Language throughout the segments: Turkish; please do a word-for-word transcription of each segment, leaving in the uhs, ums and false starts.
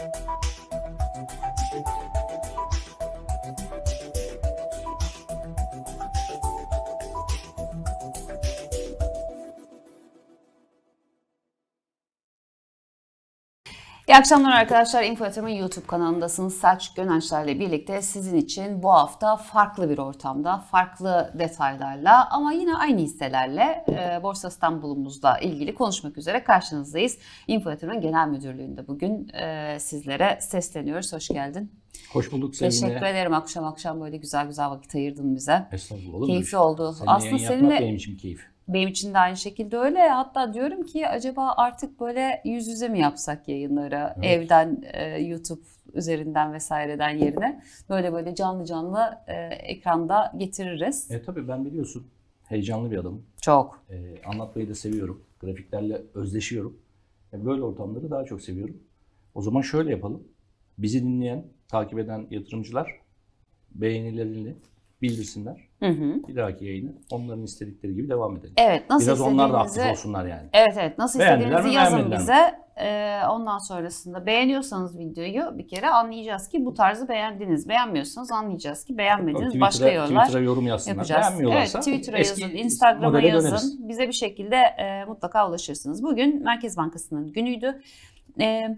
İyi akşamlar arkadaşlar. Info Yatırım'ın YouTube kanalındasınız. Selçuk Gönençler ile birlikte sizin için bu hafta farklı bir ortamda, farklı detaylarla ama yine aynı hisselerle e, Borsa İstanbul'umuzla ilgili konuşmak üzere karşınızdayız. Info Yatırım'ın genel müdürlüğünde bugün e, sizlere sesleniyoruz. Hoş geldin. Hoş bulduk sevgili. Teşekkür ederim. Akşam akşam böyle güzel güzel vakit ayırdın bize. Estağfurullah. Olur Keyifli mu? oldu. Seninle Aslında seninle benim için keyif. Benim için de aynı şekilde öyle. Hatta diyorum ki acaba artık böyle yüz yüze mi yapsak yayınları, evet. Evden, e, YouTube üzerinden vesaireden yerine böyle böyle canlı canlı e, ekranda getiririz. E tabii ben biliyorsun heyecanlı bir adamım. Çok. E, anlatmayı da seviyorum. Grafiklerle özleşiyorum. E, böyle ortamları daha çok seviyorum. O zaman şöyle yapalım. Bizi dinleyen, takip eden yatırımcılar beğenilerini bildirsinler. Hı hı. Bir dahaki yayını onların istedikleri gibi devam edelim. Evet, nasıl Biraz istediğinizi... onlar da aktif olsunlar yani. Evet evet, nasıl Beğendiler istediğinizi mi, yazın bize. Ee, ondan sonrasında beğeniyorsanız videoyu bir kere anlayacağız ki bu tarzı beğendiniz. Beğenmiyorsanız anlayacağız ki beğenmediniz. Tabii, başka yollar Twitter'a yorum yazsınlar. yapacağız. Beğenmiyorlarsa evet, Twitter'a yazın, Instagram'a yazın. Döneriz. Bize bir şekilde e, mutlaka ulaşırsınız. Bugün Merkez Bankası'nın günüydü. E,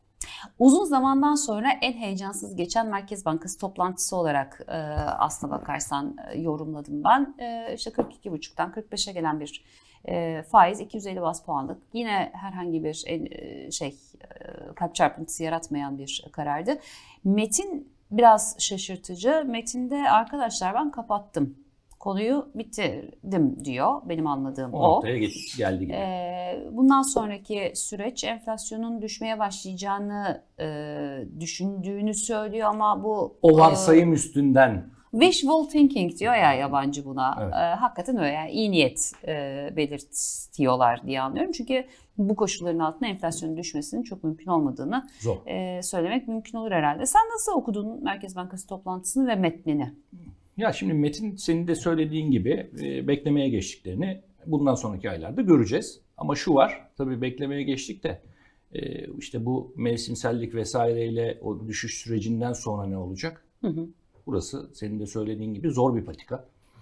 Uzun zamandan sonra en heyecansız geçen Merkez Bankası toplantısı olarak e, aslına bakarsan e, yorumladım ben. E, işte kırk iki buçuktan kırk beşe gelen bir e, faiz iki yüz elli baz puanlık. Yine herhangi bir e, şey e, kalp çarpıntısı yaratmayan bir karardı. Metin biraz şaşırtıcı. Metinde arkadaşlar ben kapattım. Konuyu bitirdim diyor. Benim anladığım o. O noktaya geldi gibi. Ee, bundan sonraki süreç enflasyonun düşmeye başlayacağını e, düşündüğünü söylüyor ama bu... O varsayım e, üstünden. Wishful thinking diyor ya yabancı buna. Evet. E, hakikaten öyle yani iyi niyet e, belirtiyorlar diye anlıyorum. Çünkü bu koşulların altında enflasyonun düşmesinin çok mümkün olmadığını e, söylemek mümkün olur herhalde. Sen nasıl okudun Merkez Bankası toplantısını ve metnini? Ya şimdi Metin senin de söylediğin gibi e, beklemeye geçtiklerini bundan sonraki aylarda göreceğiz. Ama şu var, tabii beklemeye geçtik de e, işte bu mevsimsellik vesaireyle o düşüş sürecinden sonra ne olacak? Hı hı. Burası senin de söylediğin gibi zor bir patika.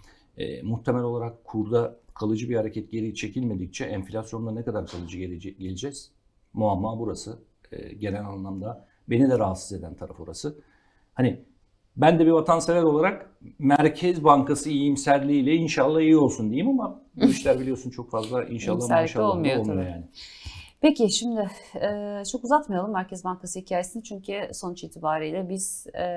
E, muhtemel olarak kurda kalıcı bir hareket geri çekilmedikçe enflasyonda ne kadar kalıcı gele- geleceğiz? Muamma burası. E, genel anlamda beni de rahatsız eden taraf orası. Hani ben de bir vatansever olarak Merkez Bankası iyimserliğiyle inşallah iyi olsun diyeyim ama bu işler biliyorsun çok fazla inşallah maşallah olmuyor, olmuyor yani. Peki şimdi e, çok uzatmayalım Merkez Bankası hikayesini çünkü sonuç itibariyle biz e,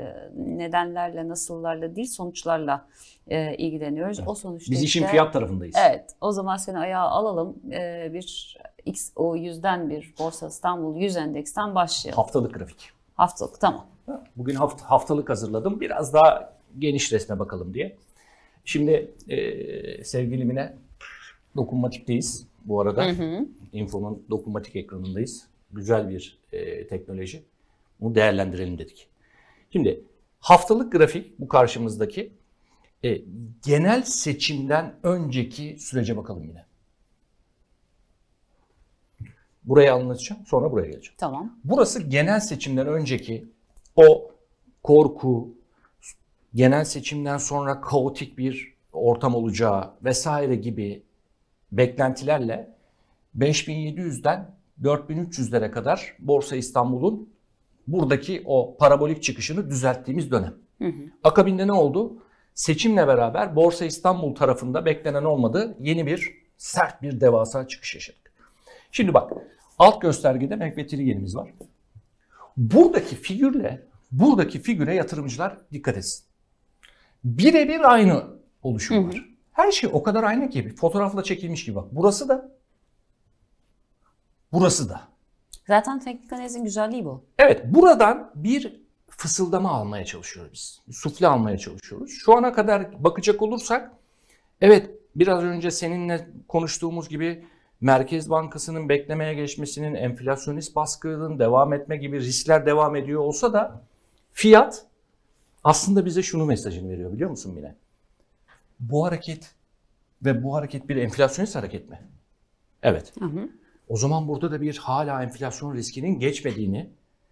nedenlerle, nasıllarla değil sonuçlarla e, ilgileniyoruz. Evet. O sonuçta biz işin işte, fiyat tarafındayız. Evet, o zaman seni ayağa alalım. E, bir X O yüzden bir Borsa İstanbul yüz endeksten başlayalım. Haftalık grafik. Haftalık tamam. Bugün haft haftalık hazırladım. Biraz daha geniş resme bakalım diye. Şimdi e, sevgili Mine, dokunmatikteyiz bu arada. Hı hı. Info'nun dokunmatik ekranındayız. Güzel bir e, teknoloji. Bunu değerlendirelim dedik. Şimdi haftalık grafik bu karşımızdaki. E, genel seçimden önceki sürece bakalım yine. Burayı anlatacağım, sonra buraya geleceğim. Tamam. Burası genel seçimden önceki o korku, genel seçimden sonra kaotik bir ortam olacağı vesaire gibi beklentilerle beş bin yedi yüzden dört bin üç yüzlere kadar Borsa İstanbul'un buradaki o parabolik çıkışını düzelttiğimiz dönem. Hı hı. Akabinde ne oldu? Seçimle beraber Borsa İstanbul tarafında beklenen olmadı. Yeni bir sert bir devasa çıkış yaşadık. Şimdi bak, alt göstergede MACD genimiz var. Buradaki figürle, buradaki figüre yatırımcılar dikkat etsin. Birebir aynı oluşum var. Hı hı. Her şey o kadar aynı ki fotoğrafla çekilmiş gibi bak. Burası da, burası da. Zaten teknik analizin güzelliği bu. Evet, buradan bir fısıldama almaya çalışıyoruz biz. Bir sufle almaya çalışıyoruz. Şu ana kadar bakacak olursak, evet biraz önce seninle konuştuğumuz gibi Merkez Bankası'nın beklemeye geçmesinin, enflasyonist baskının devam etme gibi riskler devam ediyor olsa da fiyat aslında bize şunu mesajını veriyor biliyor musun Mine? Bu hareket ve bu hareket bir enflasyonist hareket mi? Evet. Hı hı. O zaman burada da bir hala enflasyon riskinin geçmediğini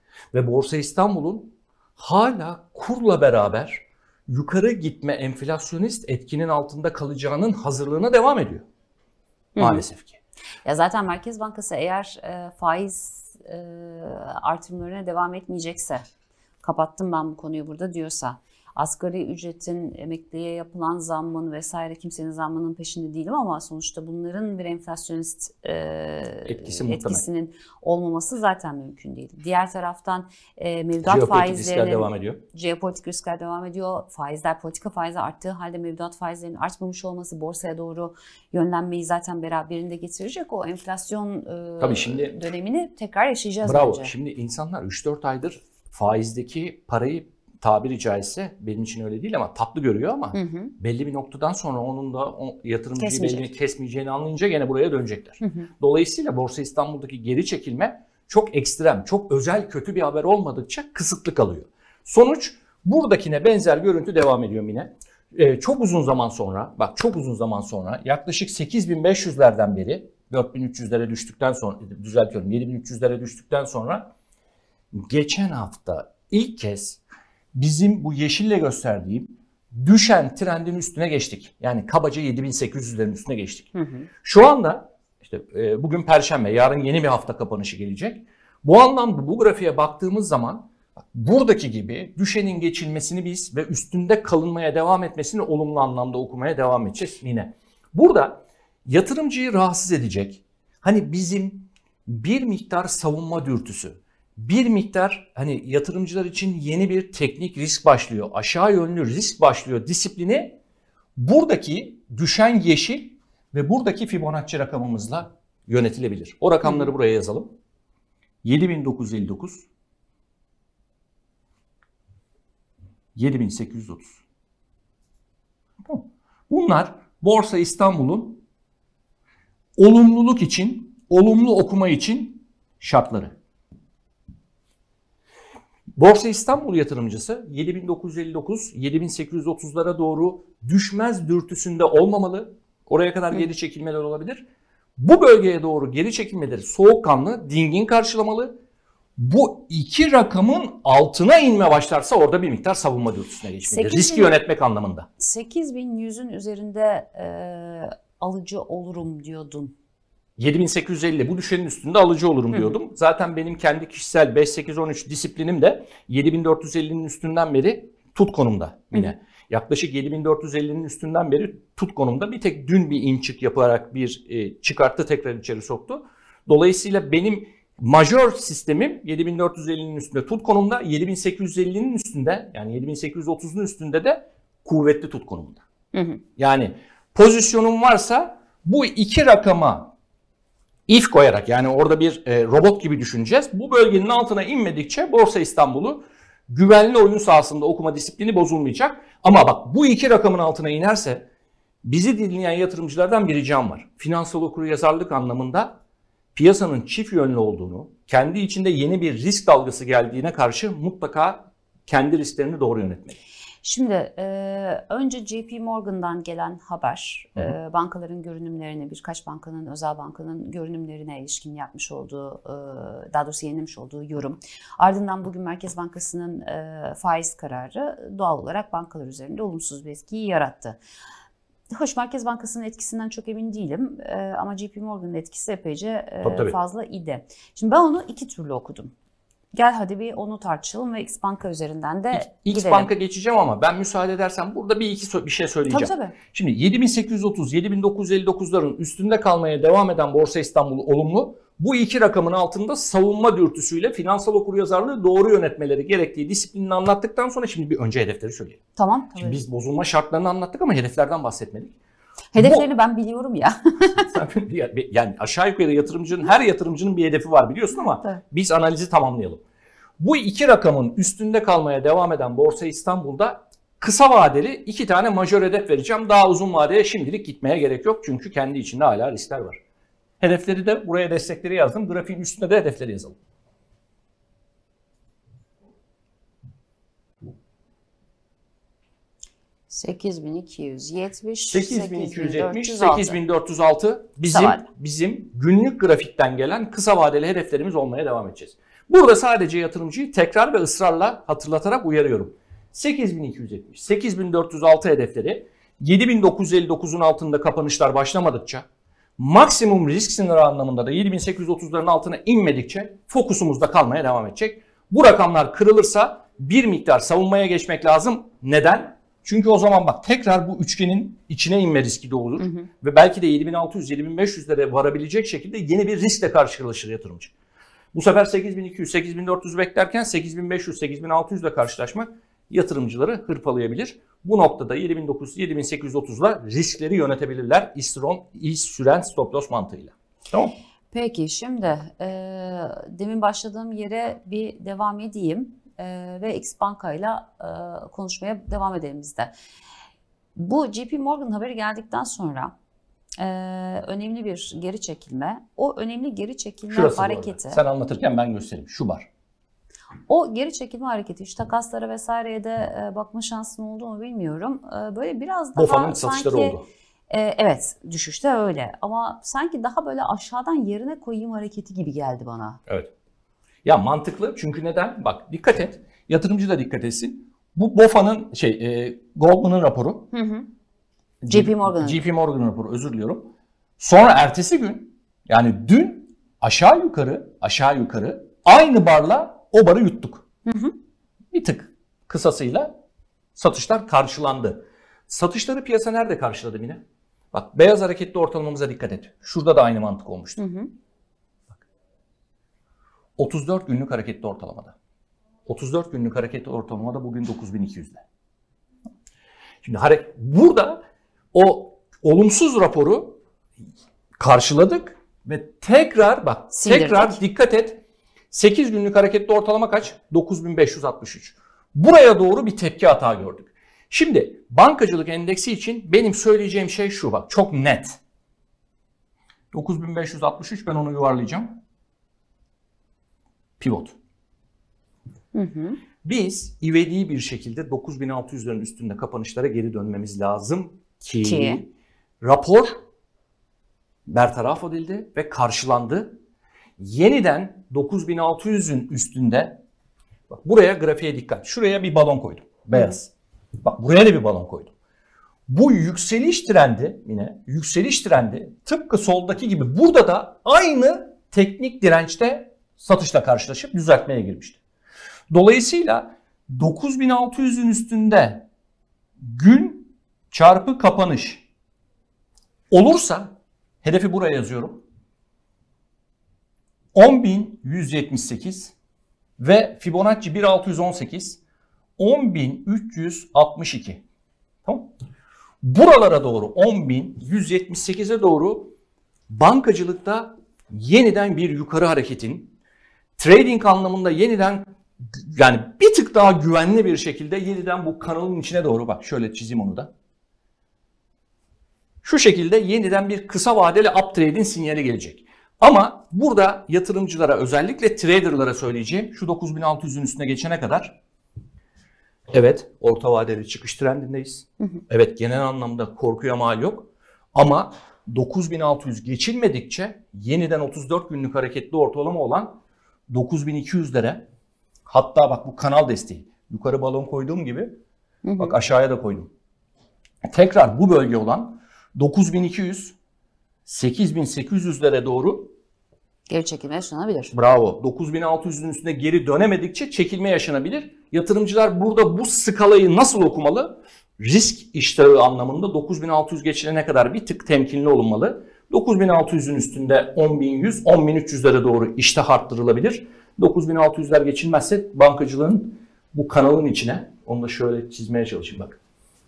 Ve Borsa İstanbul'un hala kurla beraber yukarı gitme enflasyonist etkinin altında kalacağının hazırlığına devam ediyor. Maalesef ki. Ya zaten Merkez Bankası eğer e, faiz e, artırımlarına devam etmeyecekse, kapattım ben bu konuyu burada diyorsa, asgari ücretin, emekliye yapılan zammın vesaire, kimsenin zammının peşinde değilim ama sonuçta bunların bir enflasyonist e, Etkisi etkisinin olmaması zaten mümkün değil. Diğer taraftan e, mevduat Jeopolitik faizlerinin riskler devam ediyor. Jeopolitik riskler devam ediyor. Faizler, politika faizi arttığı halde mevduat faizlerinin artmamış olması borsaya doğru yönlenmeyi zaten beraberinde getirecek. O enflasyon e, Tabii şimdi, dönemini tekrar yaşayacağız bravo. bence. Şimdi insanlar üç dört aydır faizdeki parayı, tabiri caizse, benim için öyle değil ama tatlı görüyor ama hı hı. belli bir noktadan sonra onun da o yatırımcıyı belli kesmeyeceğini anlayınca gene buraya dönecekler. Hı hı. Dolayısıyla Borsa İstanbul'daki geri çekilme çok ekstrem, çok özel, kötü bir haber olmadıkça kısıtlı kalıyor. Sonuç buradakine benzer görüntü devam ediyor Mine. Ee, çok uzun zaman sonra, bak çok uzun zaman sonra, yaklaşık sekiz bin beş yüzlerden beri, dört bin üç yüzlere düştükten sonra, düzeltiyorum, yedi bin üç yüzlere düştükten sonra geçen hafta ilk kez bizim bu yeşille gösterdiğim düşen trendin üstüne geçtik. Yani kabaca yedi bin sekiz yüzlerin üstüne geçtik. Hı hı. Şu anda işte e, bugün Perşembe, yarın yeni bir hafta kapanışı gelecek. Bu anlamda bu grafiğe baktığımız zaman buradaki gibi düşenin geçilmesini biz ve üstünde kalınmaya devam etmesini olumlu anlamda okumaya devam edeceğiz yine. Burada yatırımcıyı rahatsız edecek, hani bizim bir miktar savunma dürtüsü, bir miktar hani yatırımcılar için yeni bir teknik risk başlıyor, aşağı yönlü risk başlıyor disiplini buradaki düşen yeşil ve buradaki Fibonacci rakamımızla yönetilebilir. O rakamları buraya yazalım. yedi bin dokuz yüz elli dokuz, yedi bin sekiz yüz otuz. Bunlar Borsa İstanbul'un olumluluk için, olumlu okuma için şartları. Borsa İstanbul yatırımcısı yedi bin dokuz yüz elli dokuz, yedi bin sekiz yüz otuzlara doğru düşmez dürtüsünde olmamalı. Oraya kadar geri çekilmeler olabilir. Bu bölgeye doğru geri çekilmeleri soğukkanlı, dingin karşılamalı. Bu iki rakamın altına inme başlarsa orada bir miktar savunma dürtüsüne geçmeli. Riski yönetmek anlamında. sekiz bin yüzün üzerinde e, alıcı olurum diyordun. yedi bin sekiz yüz elli bu düşenin üstünde alıcı olurum diyordum. Hı hı. Zaten benim kendi kişisel beş sekiz on üç disiplinim de yedi bin dört yüz ellinin üstünden beri tut konumda yine. Hı hı. Yaklaşık yedi bin dört yüz ellinin üstünden beri tut konumda. Bir tek dün bir in çık yaparak bir e, çıkarttı, tekrar içeri soktu. Dolayısıyla benim majör sistemim yedi bin dört yüz ellinin üstünde tut konumda, yedi bin sekiz yüz ellinin üstünde, yani yedi bin sekiz yüz otuzun üstünde de kuvvetli tut konumunda. Hı hı. Yani pozisyonum varsa bu iki rakama if koyarak, yani orada bir e, robot gibi düşüneceğiz. Bu bölgenin altına inmedikçe Borsa İstanbul'u güvenli oyun sahasında okuma disiplini bozulmayacak. Ama bak bu iki rakamın altına inerse bizi dinleyen yatırımcılardan bir ricam var. Finansal okuryazarlık anlamında piyasanın çift yönlü olduğunu, kendi içinde yeni bir risk dalgası geldiğine karşı mutlaka kendi risklerini doğru yönetmeli. Şimdi e, önce J P Morgan'dan gelen haber, e, bankaların görünümlerine, birkaç bankanın, özel bankanın görünümlerine ilişkin yapmış olduğu, e, daha doğrusu yayınlamış olduğu yorum. Ardından bugün Merkez Bankası'nın e, faiz kararı doğal olarak bankalar üzerinde olumsuz bir etkiyi yarattı. Hoş, Merkez Bankası'nın etkisinden çok emin değilim e, ama J P Morgan'ın etkisi epeyce e, tabii, tabii. fazla idi. Şimdi ben onu iki türlü okudum. Gel hadi bir onu tartışalım ve X Banka üzerinden de X gidelim. Banka geçeceğim ama ben müsaade edersen burada bir iki bir şey söyleyeceğim. Tabii, tabii. Şimdi yedi bin sekiz yüz otuz, yedi bin dokuz yüz elli dokuzların üstünde kalmaya devam eden Borsa İstanbul olumlu. Bu iki rakamın altında savunma dürtüsüyle finansal okuryazarlığı doğru yönetmeleri gerektiği disiplinini anlattıktan sonra şimdi bir önce hedefleri söyleyelim. Tamam. Tabii. Şimdi biz bozulma şartlarını anlattık ama hedeflerden bahsetmedik. Hedeflerini Bu, ben biliyorum ya. Yani aşağı yukarı yatırımcının, her yatırımcının bir hedefi var biliyorsun ama evet, biz analizi tamamlayalım. Bu iki rakamın üstünde kalmaya devam eden Borsa İstanbul'da kısa vadeli iki tane majör hedef vereceğim. Daha uzun vadeye şimdilik gitmeye gerek yok çünkü kendi içinde hala riskler var. Hedefleri de buraya destekleri yazdım. Grafiğin üstünde de hedefleri yazalım. sekiz bin iki yüz yetmiş, sekiz bin iki yüz yetmiş, sekiz bin dört yüz altı bizim bizim günlük grafikten gelen kısa vadeli hedeflerimiz olmaya devam edeceğiz. Burada sadece yatırımcıyı tekrar ve ısrarla hatırlatarak uyarıyorum. sekiz bin iki yüz yetmiş, sekiz bin dört yüz altı hedefleri yedi bin dokuz yüz elli dokuzun altında kapanışlar başlamadıkça, maksimum risk sınırı anlamında da yedi bin sekiz yüz otuzların altına inmedikçe fokusumuzda kalmaya devam edecek. Bu rakamlar kırılırsa bir miktar savunmaya geçmek lazım. Neden? Çünkü o zaman bak tekrar bu üçgenin içine inme riski de olur. Hı hı. Ve belki de yedi bin altı yüz yedi bin beş yüzlere varabilecek şekilde yeni bir riskle karşılaşır yatırımcı. Bu sefer sekiz bin iki yüz sekiz bin dört yüz beklerken sekiz bin beş yüz sekiz bin altı yüz ile karşılaşmak yatırımcıları hırpalayabilir. Bu noktada yedi bin dokuz yüz yedi bin sekiz yüz otuzla riskleri yönetebilirler iş süren stop loss mantığıyla. Tamam. Peki şimdi e, demin başladığım yere bir devam edeyim e, ve X Banka'yla e, konuşmaya devam edelim biz de. Bu J P Morgan haberi geldikten sonra e, önemli bir geri çekilme. O önemli geri çekilme Şurası hareketi. Sen anlatırken ben göstereyim. Şu var. O geri çekilme hareketi, işte takaslara vesaireye de e, bakma şansın oldu mu bilmiyorum. E, böyle biraz daha Bofa'nın satışları sanki, oldu. E, evet, düşüşte öyle. Ama sanki daha böyle aşağıdan yerine koyayım hareketi gibi geldi bana. Evet. Ya mantıklı, çünkü neden? Bak dikkat et. Yatırımcı da dikkat etsin. Bu Bofa'nın şey e, Goldman'ın raporu. Hı hı. J P Morgan'ın. J P Morgan'ın raporu, özür diliyorum. Sonra ertesi gün, yani dün aşağı yukarı aşağı yukarı aynı barla o barı yuttuk. Hı hı. Bir tık kısasıyla satışlar karşılandı. Satışları piyasa nerede karşıladı yine? Bak beyaz hareketli ortalamamıza dikkat et. Şurada da aynı mantık olmuştu. Hı hı. Bak. otuz dört günlük hareketli ortalamada. otuz dört günlük hareketli ortalamada bugün dokuz bin iki yüzde. Şimdi hare- burada o olumsuz raporu karşıladık ve tekrar bak Sindirdik. tekrar dikkat et. sekiz günlük hareketli ortalama kaç? dokuz bin beş yüz altmış üç. Buraya doğru bir tepki hata gördük. Şimdi bankacılık endeksi için benim söyleyeceğim şey şu, bak çok net. dokuz bin beş yüz altmış üç, ben onu yuvarlayacağım. Pivot. Hı hı. Biz ivedi bir şekilde dokuz bin altı yüzlerin üstünde kapanışlara geri dönmemiz lazım ki, ki rapor bertaraf edildi ve karşılandı. Yeniden dokuz bin altı yüzün üstünde, bak buraya grafiğe dikkat. Şuraya bir balon koydum. Beyaz. Hı. Bak buraya da bir balon koydum. Bu yükseliş trendi, yine yükseliş trendi tıpkı soldaki gibi burada da aynı teknik dirençte satışla karşılaşıp düzeltmeye girmişti. Dolayısıyla dokuz bin altı yüzün üstünde gün çarpı kapanış olursa, hedefi buraya yazıyorum, on bin yüz yetmiş sekiz ve Fibonacci bin altı yüz on sekiz, on bin üç yüz altmış iki. Tamam. Buralara doğru, on bin yüz yetmiş sekize doğru bankacılıkta yeniden bir yukarı hareketin, trading anlamında yeniden, yani bir tık daha güvenli bir şekilde yeniden bu kanalın içine doğru, bak şöyle çizeyim onu da. Şu şekilde yeniden bir kısa vadeli uptrade'in sinyali gelecek. Ama burada yatırımcılara, özellikle traderlara söyleyeceğim, şu dokuz bin altı yüzün üstüne geçene kadar, evet orta vadeli çıkış trendindeyiz. Hı hı. Evet genel anlamda korkuya mal yok. Ama dokuz bin altı yüz geçilmedikçe yeniden otuz dört günlük hareketli ortalama olan dokuz bin iki yüzlere, hatta bak bu kanal desteği, yukarı balon koyduğum gibi, hı hı, bak aşağıya da koydum. Tekrar bu bölge olan dokuz bin iki yüz, sekiz bin sekiz yüzlere doğru geri çekilme yaşanabilir. Bravo. dokuz bin altı yüzün üstüne geri dönemedikçe çekilme yaşanabilir. Yatırımcılar burada bu skalayı nasıl okumalı? Risk iştahı anlamında dokuz bin altı yüz geçilene kadar bir tık temkinli olunmalı. dokuz bin altı yüzün üstünde on bin yüz, on bin üç yüzlere doğru iştah arttırılabilir. dokuz bin altı yüzler geçilmezse bankacılığın bu kanalın içine, onu da şöyle çizmeye çalışayım bak.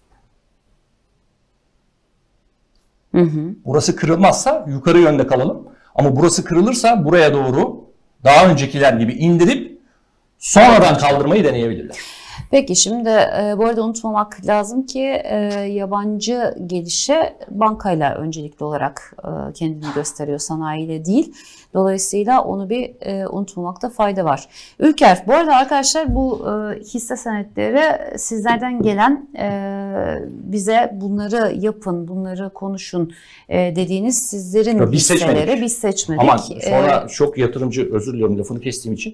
Hı hı. Burası kırılmazsa yukarı yönde kalalım. Ama burası kırılırsa buraya doğru daha öncekiler gibi indirip sonradan kaldırmayı deneyebilirler. Peki şimdi e, bu arada unutmamak lazım ki e, yabancı gelişe bankayla öncelikli olarak e, kendini gösteriyor, sanayiyle değil. Dolayısıyla onu bir e, unutmamakta fayda var. Ülker, bu arada arkadaşlar bu e, hisse senetleri sizlerden gelen, e, bize bunları yapın, bunları konuşun e, dediğiniz sizlerin ya, biz hisseleri seçmedik. biz seçmedik. Ama sonra e, çok yatırımcı, özür diliyorum lafını kestiğim için,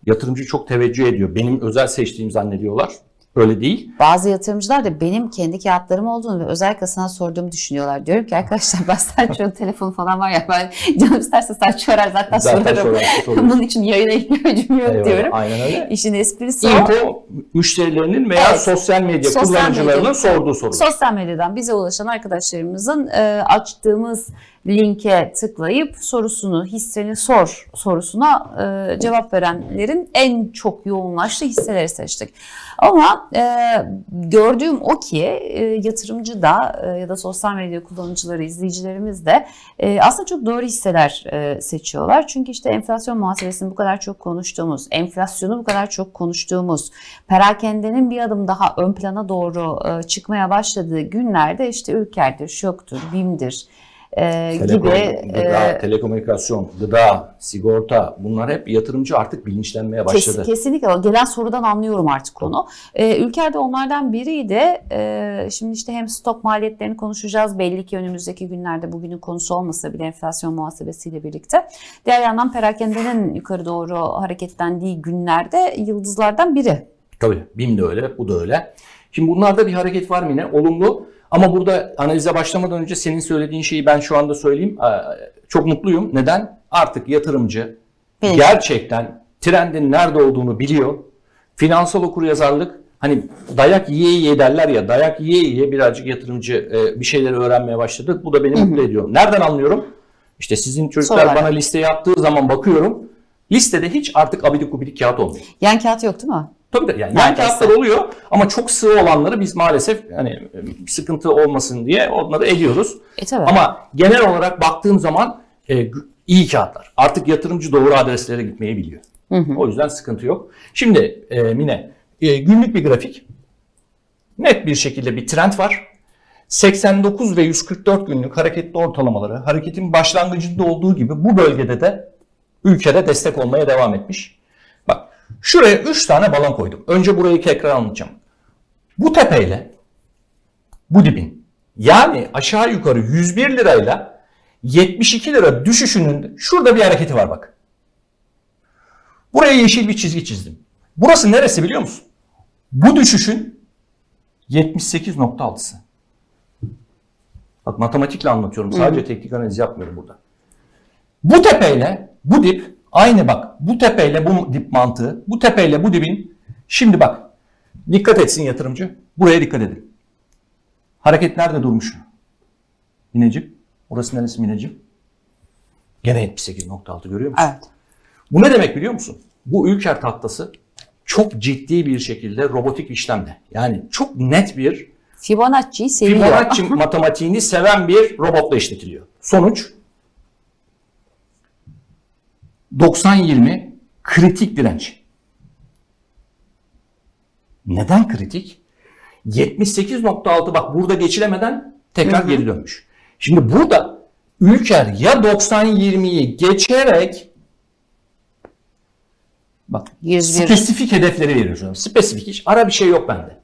Yatırımcı çok teveccüh ediyor. Benim özel seçtiğim zannediyorlar. Öyle değil. Bazı yatırımcılar da benim kendi kağıtlarım olduğunu ve özellikle sana sorduğumu düşünüyorlar. Diyorum ki arkadaşlar ben Selçuk'un telefonu falan var ya, ben canım isterse Selçuk arar zaten, zaten sorarım. Sorar, Bunun için yayına ihtiyacım yok. Eyvallah, diyorum. Aynen öyle. İşin esprisi İnfo, o. müşterilerinin veya evet, sosyal medya sosyal kullanıcılarının medya, sorduğu soru. Sosyal medyadan bize ulaşan arkadaşlarımızın e, açtığımız linke tıklayıp sorusunu, hisseni sor sorusuna e, cevap verenlerin en çok yoğunlaştığı hisseleri seçtik. Ama e, gördüğüm o ki e, yatırımcı da e, ya da sosyal medya kullanıcıları, izleyicilerimiz de e, aslında çok doğru hisseler e, seçiyorlar. Çünkü işte enflasyon muhasebesini bu kadar çok konuştuğumuz, enflasyonu bu kadar çok konuştuğumuz, perakendenin bir adım daha ön plana doğru e, çıkmaya başladığı günlerde işte Ülker'dir, Şok'tur, BİM'dir, Ee, Telekom, gibi gıda, e, telekomünikasyon, gıda, sigorta, bunlar hep yatırımcı artık bilinçlenmeye başladı. Kes, kesinlikle. Gelen sorudan anlıyorum artık onu. Ee, Ülker'de onlardan biriydi. Ee, şimdi işte hem stok maliyetlerini konuşacağız. Belli ki önümüzdeki günlerde, bugünün konusu olmasa bile enflasyon muhasebesiyle birlikte. Diğer yandan perakendenin yukarı doğru hareketlendiği günlerde yıldızlardan biri. Tabii. BİM de öyle, bu da öyle. Şimdi bunlarda bir hareket var mı yine? Olumlu. Ama burada analize başlamadan önce senin söylediğin şeyi ben şu anda söyleyeyim. Çok mutluyum. Neden? Artık yatırımcı evet, gerçekten trendin nerede olduğunu biliyor. Finansal okuryazarlık, hani dayak yiye yiye derler ya, dayak yiye yiye birazcık yatırımcı bir şeyleri öğrenmeye başladı. Bu da beni mutlu ediyor. Nereden anlıyorum? İşte sizin çocuklar Sonra. bana liste yaptığı zaman bakıyorum. Listede hiç artık abidik gubidik kağıt olmuyor. Yan kağıt yok değil mi? Tabii de yani yan kağıtlar oluyor ama çok sığ olanları biz maalesef hani sıkıntı olmasın diye onları ediyoruz. E, tabii. Ama genel olarak baktığım zaman e, iyi kağıtlar. Artık yatırımcı doğru adreslere gitmeyi biliyor. Hı hı. O yüzden sıkıntı yok. Şimdi e, Mine, e, günlük bir grafik. Net bir şekilde bir trend var. seksen dokuz ve yüz kırk dört günlük hareketli ortalamaları hareketin başlangıcında olduğu gibi bu bölgede de ülkede destek olmaya devam etmiş. Bak, şuraya üç tane balon koydum. Önce burayı tekrar anlatacağım. Bu tepeyle bu dibin, yani aşağı yukarı yüz bir lirayla yetmiş iki lira düşüşünün şurada bir hareketi var bak. Buraya yeşil bir çizgi çizdim. Burası neresi biliyor musun? Bu düşüşün yetmiş sekiz nokta altısı. Bak, matematikle anlatıyorum. Sadece hmm. teknik analiz yapmıyorum burada. Bu tepeyle bu dip aynı bak. Bu tepeyle bu dip mantığı. Bu tepeyle bu dibin. Şimdi bak. Dikkat etsin yatırımcı. Buraya dikkat edin. Hareket nerede durmuş? Mineciğim. Orası neresi Mineciğim? Gene yetmiş sekiz nokta altı görüyor musun? Evet. Bu ne demek biliyor musun? Bu Ülker tahtası çok ciddi bir şekilde robotik işlemle. Yani çok net bir Fibonacci'yi seviyor. Fibonacci matematiğini seven bir robotla işletiliyor. Sonuç doksan yirmi kritik direnç. Neden kritik? yetmiş sekiz nokta altı bak burada geçilemeden tekrar hı hı. geri dönmüş. Şimdi burada Ülker ya doksan yirmiyi geçerek bak yüz bir spesifik hedefleri veriyoruz. Spesifik hiç ara bir şey yok bende.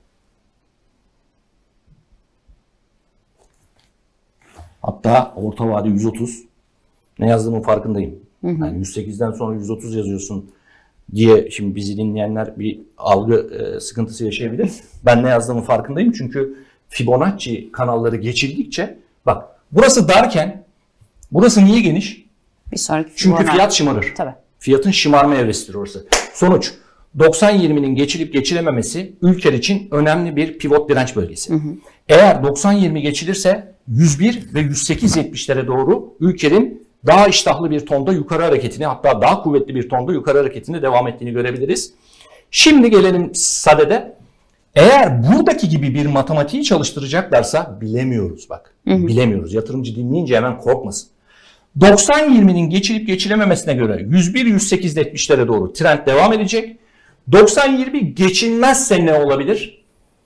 Hatta orta vade yüz otuz. Ne yazdığımın farkındayım. Hı hı. Yani yüz sekizden sonra yüz otuz yazıyorsun diye şimdi bizi dinleyenler bir algı e, sıkıntısı yaşayabilir. Ben ne yazdığımın farkındayım çünkü Fibonacci kanalları geçildikçe bak burası darken burası niye geniş? Bir sonraki çünkü Fibonacci. Fiyat şımarır. Tabii. Fiyatın şımarma evresidir orası. Sonuç doksan yirminin geçilip geçilememesi Ülker için önemli bir pivot direnç bölgesi. Hı hı. Eğer doksan yirmi geçilirse yüz bir ve yüz sekiz yetmişlere doğru Ülker'in daha iştahlı bir tonda yukarı hareketini, hatta daha kuvvetli bir tonda yukarı hareketini devam ettiğini görebiliriz. Şimdi gelelim sadede. Eğer buradaki gibi bir matematiği çalıştıracaklarsa bilemiyoruz bak. Hı hı. Bilemiyoruz. Yatırımcı dinleyince hemen korkmasın. doksan yirminin geçilip geçilememesine göre yüz bir yüz sekiz yetmişlere doğru trend devam edecek. doksan yirmi geçilmezse ne olabilir?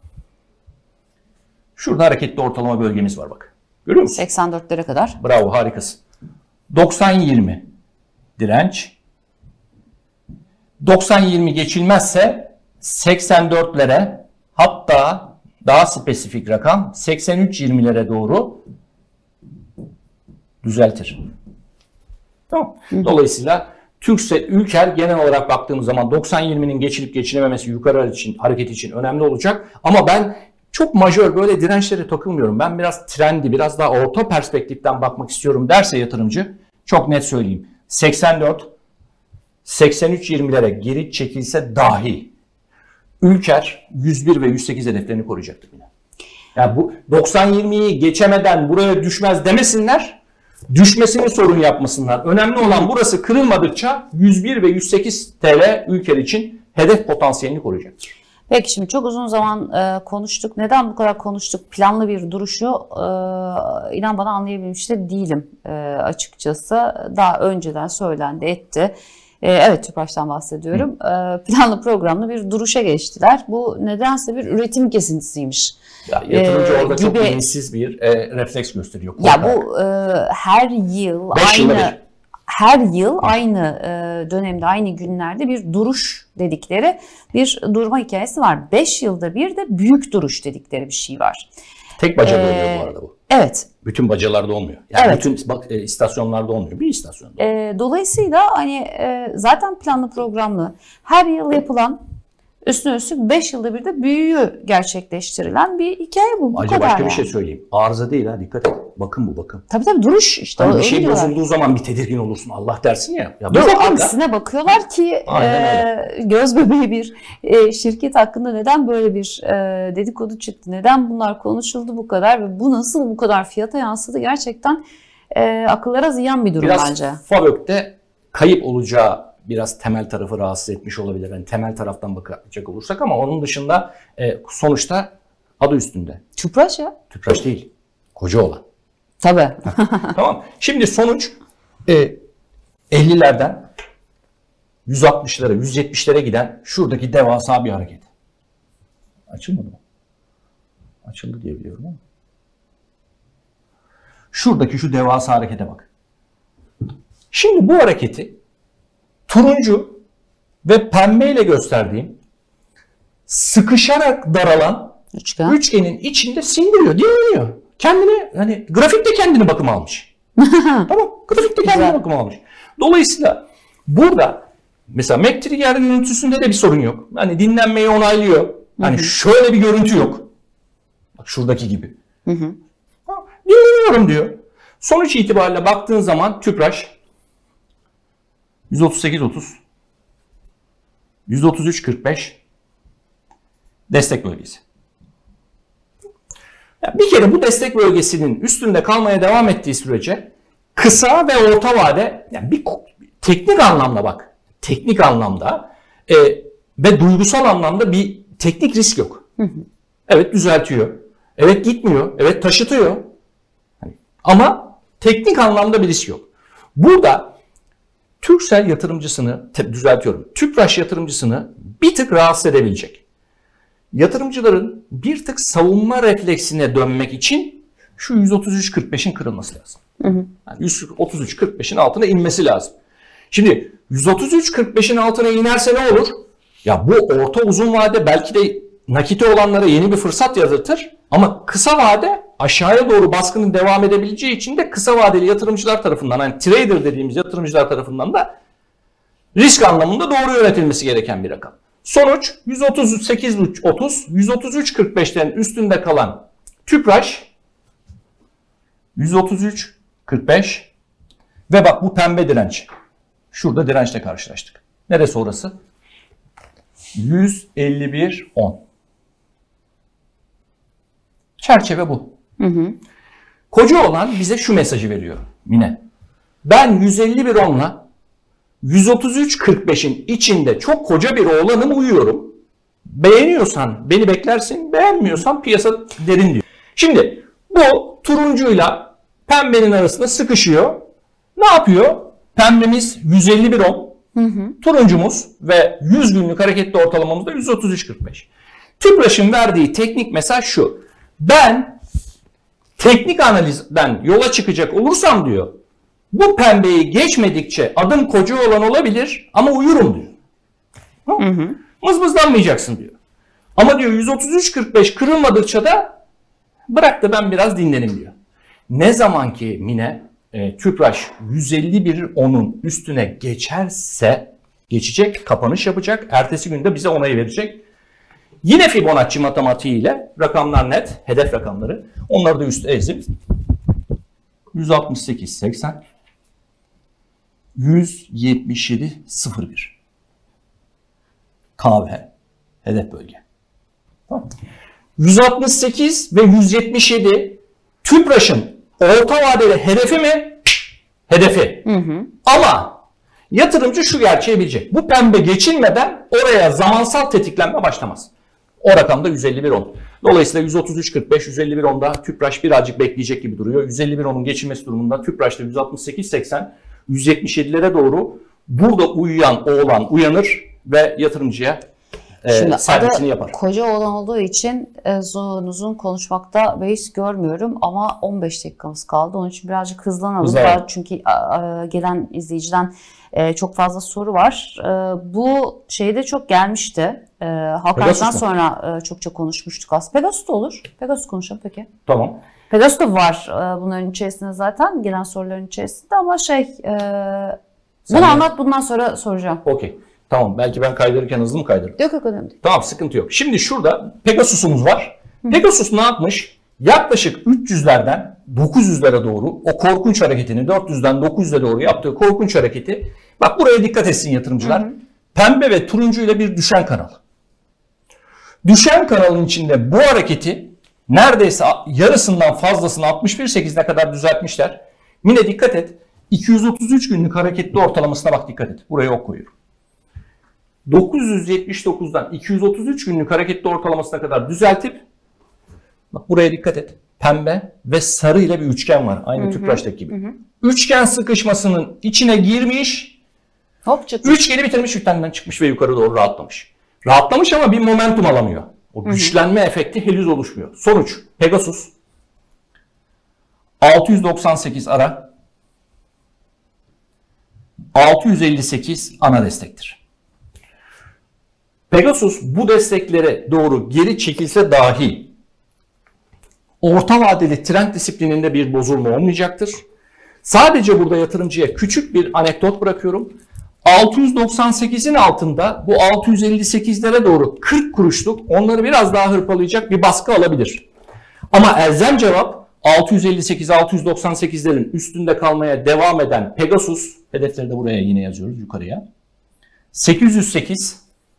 Şurada hareketli ortalama bölgemiz var bak. Görüyor musun? seksen dörtlere kadar. Bravo, harikasın. doksan yirmi direnç. doksan yirmi geçilmezse seksen dörtlere, hatta daha spesifik rakam seksen üç yirmilere doğru düzeltir. Tamam. Dolayısıyla Türksel, Ülker genel olarak baktığımız zaman doksan yirminin geçilip geçilememesi yukarı için, hareket için önemli olacak. Ama ben çok majör böyle dirençlere takılmıyorum. Ben biraz trendi, biraz daha orta perspektiften bakmak istiyorum derse yatırımcı, çok net söyleyeyim. seksen dört seksen üç yirmilere geri çekilse dahi Ülker yüz bir ve yüz sekiz hedeflerini koruyacaktır yine. Yani bu doksan yirmiyi geçemeden buraya düşmez demesinler. Düşmesini sorun yapmasınlar. Önemli olan burası kırılmadıkça yüz bir ve yüz sekiz T L Ülker için hedef potansiyelini koruyacaktır. Peki şimdi çok uzun zaman e, konuştuk. Neden bu kadar konuştuk? Planlı bir duruşu e, inan bana anlayabilmiş de değilim e, açıkçası. Daha önceden söylendi, etti. E, evet, Tüpraş'tan bahsediyorum. E, planlı programlı bir duruşa geçtiler. Bu nedense bir üretim kesintisiymiş. Ya, yatırımcı ee, orada gibi, çok bilinçsiz bir e, refleks gösteriyor. Korkarak. Ya bu e, her yıl aynı her yıl aynı e, dönemde, aynı günlerde bir duruş dedikleri bir durma hikayesi var. beş yılda bir de büyük duruş dedikleri bir şey var. Tek bacada ee, oluyor bu arada bu. Evet. Bütün bacalarda olmuyor. Yani evet. bütün bak, e, istasyonlarda olmuyor. Bir istasyonda. E, dolayısıyla hani e, zaten planlı programlı her yıl yapılan, üstüne üstlük beş yılda bir de büyüğü gerçekleştirilen bir hikaye bu. Bu Acaba kadar başka yani. bir şey söyleyeyim. Arıza değil ha, dikkat et. Bakın bu bakın. Tabii tabii duruş işte. Hani bir şey diyorlar. bozulduğu zaman bir tedirgin olursun. Allah dersin ya. ya Yok, aksine bakıyorlar ki e, göz bebeği bir e, şirket hakkında neden böyle bir e, dedikodu çıktı? Neden bunlar konuşuldu bu kadar ve bu nasıl bu kadar fiyata yansıdı? Gerçekten e, akıllara ziyan bir durum biraz bence. Biraz FAVÖK'te kayıp olacağı biraz temel tarafı rahatsız etmiş olabilir. Yani temel taraftan bakacak olursak ama onun dışında e, sonuçta adı üstünde. Tüpraş ya. Tüpraş değil. Kocaoğlan. Tabii. Tamam. Şimdi sonuç e, ellilerden yüz altmışlara, yüz yetmişlere giden şuradaki devasa bir hareket. Açılmadı mı? Açıldı diye biliyorum ama. Şuradaki şu devasa harekete bak. Şimdi bu hareketi turuncu ve pembeyle gösterdiğim sıkışarak daralan Üçgen. üçgenin içinde sindiriyor, dinleniyor. Kendine, hani grafikte kendini bakım almış. Tamam, grafikte kendini bakım almış. Dolayısıyla burada mesela M A C D görüntüsünde de bir sorun yok. Hani dinlenmeyi onaylıyor. Hani hı hı. şöyle bir görüntü yok. Bak şuradaki gibi. Hı hı. Dinleniyorum diyor. Sonuç itibariyle baktığın zaman Tüpraş yüz otuz sekiz otuz, yüz otuz üç kırk beş destek bölgesi. Yani bir kere bu destek bölgesinin üstünde kalmaya devam ettiği sürece kısa ve orta vade, yani bir teknik anlamda bak, teknik anlamda e, ve duygusal anlamda bir teknik risk yok. Hı hı. Evet düzeltiyor, evet gitmiyor, evet taşıtıyor. Ama teknik anlamda bir risk yok. Burada Türksel yatırımcısını, düzeltiyorum, Tüpraş yatırımcısını bir tık rahatsız edebilecek. Yatırımcıların bir tık savunma refleksine dönmek için şu yüz otuz üç kırk beşin kırılması lazım. Hı hı. Yani yüz otuz üç kırk beşin altına inmesi lazım. Şimdi yüz otuz üç kırk beşin altına inerse ne olur? Ya bu orta uzun vade belki de nakiti olanlara yeni bir fırsat yaratır. Ama kısa vade aşağıya doğru baskının devam edebileceği için de kısa vadeli yatırımcılar tarafından, yani trader dediğimiz yatırımcılar tarafından da risk anlamında doğru yönetilmesi gereken bir rakam. Sonuç yüz otuz sekiz otuz, yüz otuz üç kırk beşlerin üstünde kalan Tüpraş yüz otuz üç kırk beş ve bak bu pembe direnç. Şurada dirençle karşılaştık. Neresi orası? yüz elli bir on. Çerçeve bu. Hı hı. Kocaoğlan bize şu mesajı veriyor Mine. Ben yüz elli bir onla yüz otuz üç kırk beşin içinde çok koca bir oğlanım, uyuyorum. Beğeniyorsan beni beklersin, beğenmiyorsan piyasa derin diyor. Şimdi bu turuncuyla pembenin arasında sıkışıyor. Ne yapıyor? Pembemiz yüz elli bir on, hı hı. turuncumuz ve yüz günlük hareketli ortalamamız da yüz otuz üç kırk beş. Tüpraş'ın verdiği teknik mesaj şu. Ben teknik analizden yola çıkacak olursam diyor, bu pembeyi geçmedikçe adım Kocaoğlan olabilir ama uyurum diyor. Hı hı. Mızmızlanmayacaksın diyor. Ama diyor yüz otuz üç kırk beş kırılmadıkça da bırak da ben biraz dinlenim diyor. Ne zaman ki Mine e, Tüpraş yüz elli bir onun üstüne geçerse geçecek, kapanış yapacak. Ertesi günde bize onayı verecek. Yine Fibonacci matematiğiyle rakamlar net, hedef rakamları. Onları da üstü ezip yüz altmış sekiz seksen yüz yetmiş yedi sıfır bir K V hedef bölge. Tamam. yüz altmış sekiz ve yüz yetmiş yedi Tüpraş'ın orta vadeli hedefi mi? Hedefi. Hı hı. Ama yatırımcı şu gerçeği bilecek. Bu pembe geçilmeden oraya zamansal tetiklenme başlamaz. O rakamda yüz elli bir on. Dolayısıyla yüz otuz üç kırk beş, yüz elli bir onda Tüpraş birazcık bekleyecek gibi duruyor. yüz elli bir onun geçilmesi durumunda Tüpraş'ta yüz altmış sekiz seksen, yüz yetmiş yedilere doğru burada uyuyan oğlan uyanır ve yatırımcıya e, servisini yapar. Koca oğlan olduğu için e, uzun uzun konuşmakta beis görmüyorum ama on beş dakikamız kaldı. Onun için birazcık hızlanalım. Hızlı. Çünkü a, gelen izleyiciden e, çok fazla soru var. E, bu şeyde çok gelmişti. E, Halkars'tan sonra e, çokça konuşmuştuk aslında. Pegasus da olur. Pegasus konuşalım peki. Tamam. Pegasus da var e, bunların içerisinde zaten. Gelen soruların içerisinde ama şey e, bunu de... anlat bundan sonra soracağım. Okey. Tamam. Belki ben kaydırırken hızlı mı kaydırdım? Yok yok önemli değil. Tamam, sıkıntı yok. Şimdi şurada Pegasus'umuz var. Hı. Pegasus ne yapmış? Yaklaşık üç yüzlerden dokuz yüzlere doğru o korkunç hareketini, dört yüzden dokuz yüze doğru yaptığı korkunç hareketi, bak buraya dikkat etsin yatırımcılar. Hı hı. Pembe ve turuncu ile bir düşen kanal. Düşen kanalın içinde bu hareketi neredeyse yarısından fazlasını altmış bir sekizine kadar düzeltmişler. Yine dikkat et. iki yüz otuz üç günlük hareketli ortalamasına bak, dikkat et. Buraya ok koyuyorum. dokuz yüz yetmiş dokuzdan iki yüz otuz üç günlük hareketli ortalamasına kadar düzeltip bak buraya dikkat et. Pembe ve sarı ile bir üçgen var. Aynı Tüpraş'taki gibi. Hı hı. Üçgen sıkışmasının içine girmiş. Hop çıkmış. Üçgeni bitirmiş, üçgenden çıkmış ve yukarı doğru rahatlamış. Rahatlamış ama bir momentum alamıyor. O güçlenme hı hı. efekti henüz oluşmuyor. Sonuç Pegasus altı yüz doksan sekiz ara, altı yüz elli sekiz ana destektir. Pegasus bu desteklere doğru geri çekilse dahi orta vadeli trend disiplininde bir bozulma olmayacaktır. Sadece burada yatırımcıya küçük bir anekdot bırakıyorum. altı yüz doksan sekizin altında bu altı yüz elli sekizlere doğru kırk kuruşluk onları biraz daha hırpalayacak bir baskı alabilir. Ama elzem cevap altı yüz elli sekiz altı yüz doksan sekizlerin üstünde kalmaya devam eden Pegasus, hedefleri de buraya yine yazıyoruz yukarıya. sekiz yüz sekiz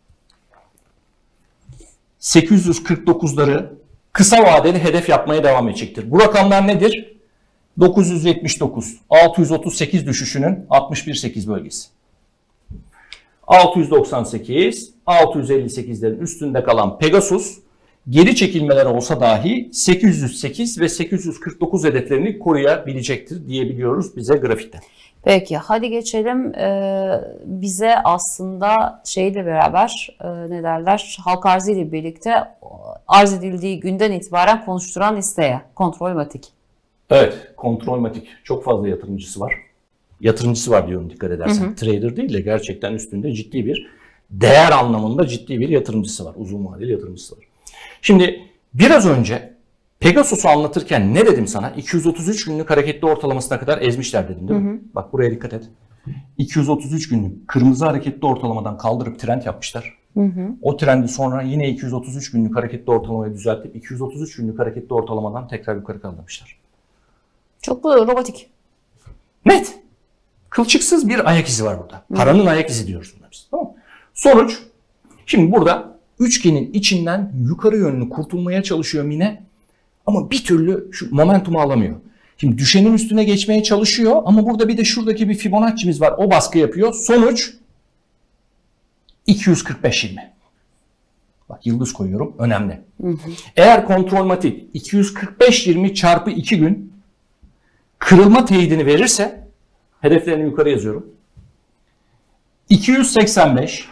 sekiz yüz kırk dokuzları kısa vadeli hedef yapmaya devam edecektir. Bu rakamlar nedir? dokuz yüz yetmiş dokuz, altı yüz otuz sekiz düşüşünün altmış bir virgül sekiz bölgesi. altı yüz doksan sekiz, altı yüz elli sekizlerin üstünde kalan Pegasus geri çekilmeler olsa dahi sekiz yüz sekiz ve sekiz yüz kırk dokuz hedeflerini koruyabilecektir diyebiliyoruz bize grafikten. Peki hadi geçelim ee, bize aslında şeyle beraber e, ne derler halk arzı ile birlikte arz edildiği günden itibaren konuşturan listeye Kontrolmatik. Evet, Kontrolmatik çok fazla yatırımcısı var. Yatırımcısı var diyorum dikkat edersen. Hı hı. Trader değil de gerçekten üstünde ciddi bir değer anlamında ciddi bir yatırımcısı var. Uzun vadeli yatırımcısı var. Şimdi biraz önce Pegasus'u anlatırken ne dedim sana? iki yüz otuz üç günlük hareketli ortalamasına kadar ezmişler dedim değil mi? Hı hı. Bak buraya dikkat et. iki yüz otuz üç günlük kırmızı hareketli ortalamadan kaldırıp trend yapmışlar. Hı hı. O trendi sonra yine iki yüz otuz üç günlük hareketli ortalamaya düzeltip iki yüz otuz üç günlük hareketli ortalamadan tekrar yukarı kaldırmışlar. Çok bu robotik. Net. Kılçıksız bir ayak izi var burada. Paranın hı. ayak izi diyoruz buna biz. Tamam. Sonuç, şimdi burada üçgenin içinden yukarı yönlü kurtulmaya çalışıyor Mine. Ama bir türlü şu momentumu alamıyor. Şimdi düşenin üstüne geçmeye çalışıyor ama burada bir de şuradaki bir Fibonacci'miz var. O baskı yapıyor. Sonuç iki yüz kırk beş yirmi. Bak yıldız koyuyorum. Önemli. Hı hı. Eğer Kontrolmatik iki yüz kırk beş yirmi çarpı iki gün kırılma teyidini verirse hedeflerini yukarı yazıyorum. iki yüz seksen beş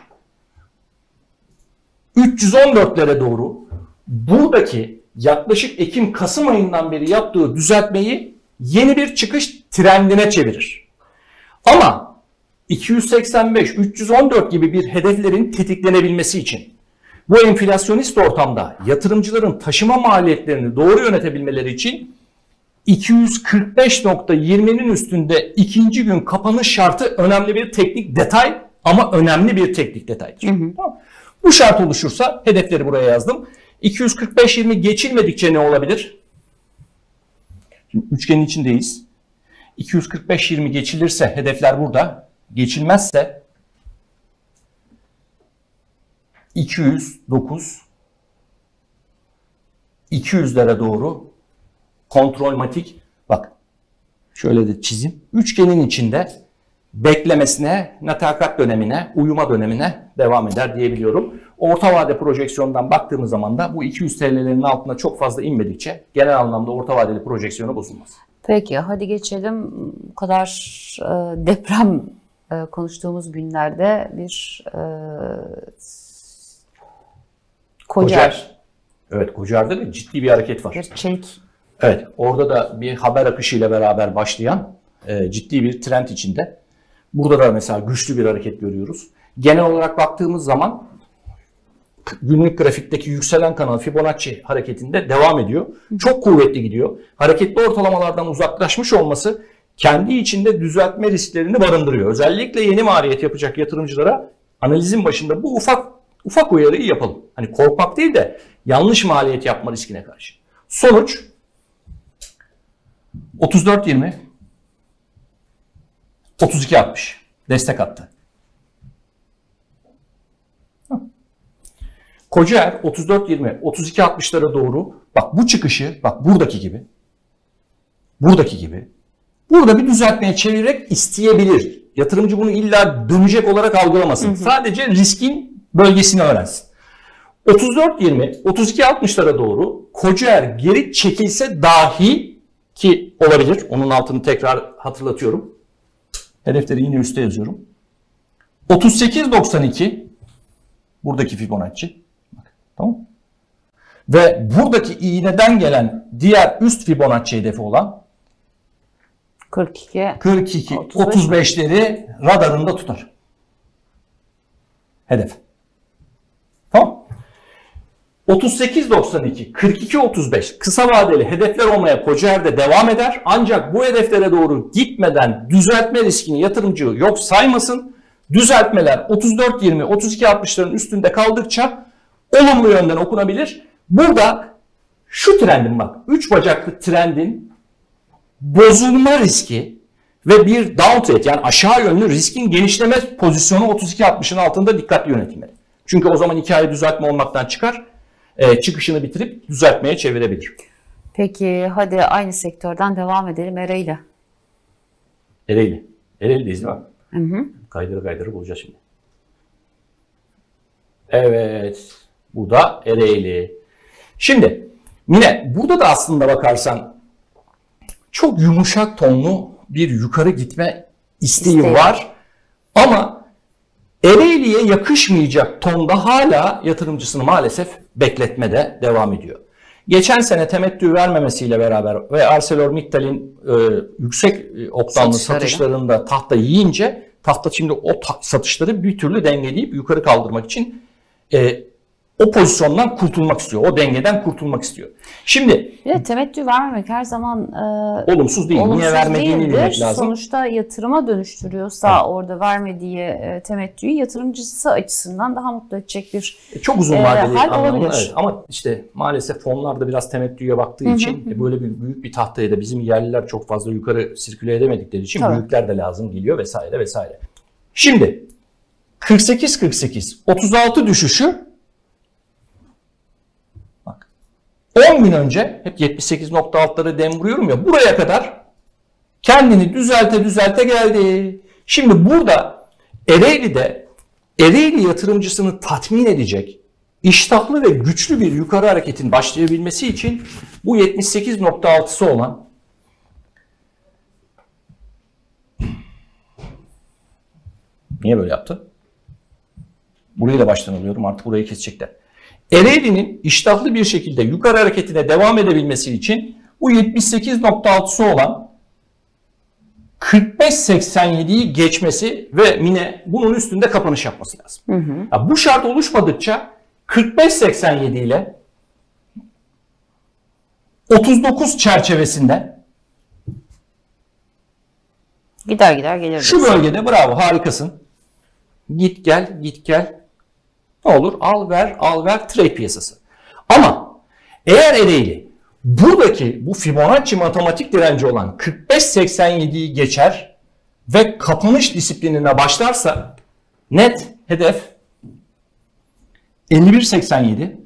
üç yüz on dörtlere doğru buradaki yaklaşık Ekim-Kasım ayından beri yaptığı düzeltmeyi yeni bir çıkış trendine çevirir. Ama iki yüz seksen beş üç yüz on dört gibi bir hedeflerin tetiklenebilmesi için bu enflasyonist ortamda yatırımcıların taşıma maliyetlerini doğru yönetebilmeleri için iki yüz kırk beş nokta yirminin üstünde ikinci gün kapanış şartı önemli bir teknik detay ama önemli bir teknik detaydır. Hı hı. Tamam. Bu şart oluşursa hedefleri buraya yazdım. iki yüz kırk beş yirmi geçilmedikçe ne olabilir? Şimdi üçgenin içindeyiz. iki yüz kırk beş yirmi geçilirse hedefler burada. Geçilmezse iki yüz dokuz iki yüzlere doğru kontrolmatik, bak şöyle de çizeyim. Üçgenin içinde beklemesine, natakat dönemine, uyuma dönemine devam eder diyebiliyorum. Orta vade projeksiyondan baktığımız zaman da bu iki yüz T L'lerin altına çok fazla inmedikçe genel anlamda orta vadeli projeksiyonu bozulmaz. Peki hadi geçelim. Bu kadar e, deprem e, konuştuğumuz günlerde bir e, Kocaer. Kocaer. Evet, Kocaer'de de ciddi bir hareket var. Bir çelik. Evet, orada da bir haber akışıyla beraber başlayan e, ciddi bir trend içinde. Burada da mesela güçlü bir hareket görüyoruz. Genel olarak baktığımız zaman günlük grafikteki yükselen kanal Fibonacci hareketinde devam ediyor. Çok kuvvetli gidiyor. Hareketli ortalamalardan uzaklaşmış olması kendi içinde düzeltme risklerini barındırıyor. Özellikle yeni maliyet yapacak yatırımcılara analizin başında bu ufak ufak uyarıyı yapalım. Hani korkmak değil de yanlış maliyet yapma riskine karşı. Sonuç otuz dört yirmi otuz iki altmış destek attı. Kocaer otuz dört yirmi otuz iki altmışlara doğru, bak bu çıkışı, bak buradaki gibi buradaki gibi burada bir düzeltmeye çevirerek isteyebilir. Yatırımcı bunu illa dönecek olarak algılamasın. Hı hı. Sadece riskin bölgesini öğrensin. otuz dört yirmi otuz iki altmışlara doğru Kocaer geri çekilse dahi, ki olabilir, onun altını tekrar hatırlatıyorum. Hedefleri yine üstte yazıyorum. otuz sekiz doksan iki buradaki Fibonacci. Bak, tamam. Ve buradaki iğneden gelen diğer üst Fibonacci hedefi olan kırk iki kırk iki otuz beşleri radarında tutar. Hedef. Tamam. otuz sekiz doksan iki kırk iki otuz beş kısa vadeli hedefler olmaya Kocaer'de devam eder. Ancak bu hedeflere doğru gitmeden düzeltme riskini yatırımcı yok saymasın. Düzeltmeler otuz dört yirmi otuz iki altmışların üstünde kaldıkça olumlu yönden okunabilir. Burada şu trendin, bak üç bacaklı trendin bozulma riski ve bir downtrend, yani aşağı yönlü riskin genişleme pozisyonu otuz iki altmışın altında dikkatli yönetilmeli. Çünkü o zaman hikaye düzeltme olmaktan çıkar. E, çıkışını bitirip düzeltmeye çevirebilir. Peki hadi aynı sektörden devam edelim Ereğli. Ereğli. Ereğli'deyiz değil mi? Hı hı. Kaydırı kaydırı bulacağız şimdi. Evet. Bu da Ereğli. Şimdi yine burada da aslında bakarsan çok yumuşak tonlu bir yukarı gitme isteği İsteği. var. Ama Ereğli'ye yakışmayacak tonda hala yatırımcısını maalesef bekletmede devam ediyor. Geçen sene temettü vermemesiyle beraber ve ArcelorMittal'in e, yüksek oktanlı satışlarında tahta yiyince tahta şimdi o satışları bir türlü dengeleyip yukarı kaldırmak için e, o pozisyondan kurtulmak istiyor. O dengeden kurtulmak istiyor. Şimdi evet, temettü vermemek her zaman e, olumsuz değil. Olumsuz Niye vermediğini bilmek lazım. Sonuçta yatırıma dönüştürüyorsa evet. orada vermediği e, temettüyü yatırımcısı açısından daha mutlu edecek bir e, çok uzun vadeli e, hal anlamında. Evet. Ama işte maalesef fonlar da biraz temettüye baktığı hı-hı, için hı. böyle bir büyük bir tahtaya da bizim yerliler çok fazla yukarı sirküle edemedikleri için Tabii. büyükler de lazım geliyor vesaire vesaire. Şimdi kırk sekiz kırk sekiz otuz altı düşüşü on gün önce hep yetmiş sekiz nokta altıları dem vuruyorum ya, buraya kadar kendini düzelte düzelte geldi. Şimdi burada Ereğli'de Ereğli yatırımcısını tatmin edecek iştahlı ve güçlü bir yukarı hareketin başlayabilmesi için bu yetmiş sekiz nokta altısı olan niye böyle yaptı? Burayı da baştan alıyorum, artık burayı kesecekler. Ereğli'nin iştahlı bir şekilde yukarı hareketine devam edebilmesi için bu yetmiş sekiz nokta altısı olan kırk beş seksen yediyi geçmesi ve yine bunun üstünde kapanış yapması lazım. Hı hı. Ya bu şart oluşmadıkça kırk beş seksen yedi ile otuz dokuz çerçevesinde Gider gider gelir. Şu bölgede bravo, harikasın. Git gel, git gel. Ne olur? Al ver, al ver trade piyasası. Ama eğer Ereğli buradaki bu Fibonacci matematik direnci olan kırk beş seksen yediyi geçer ve kapanış disiplinine başlarsa net hedef elli bir seksen yedi,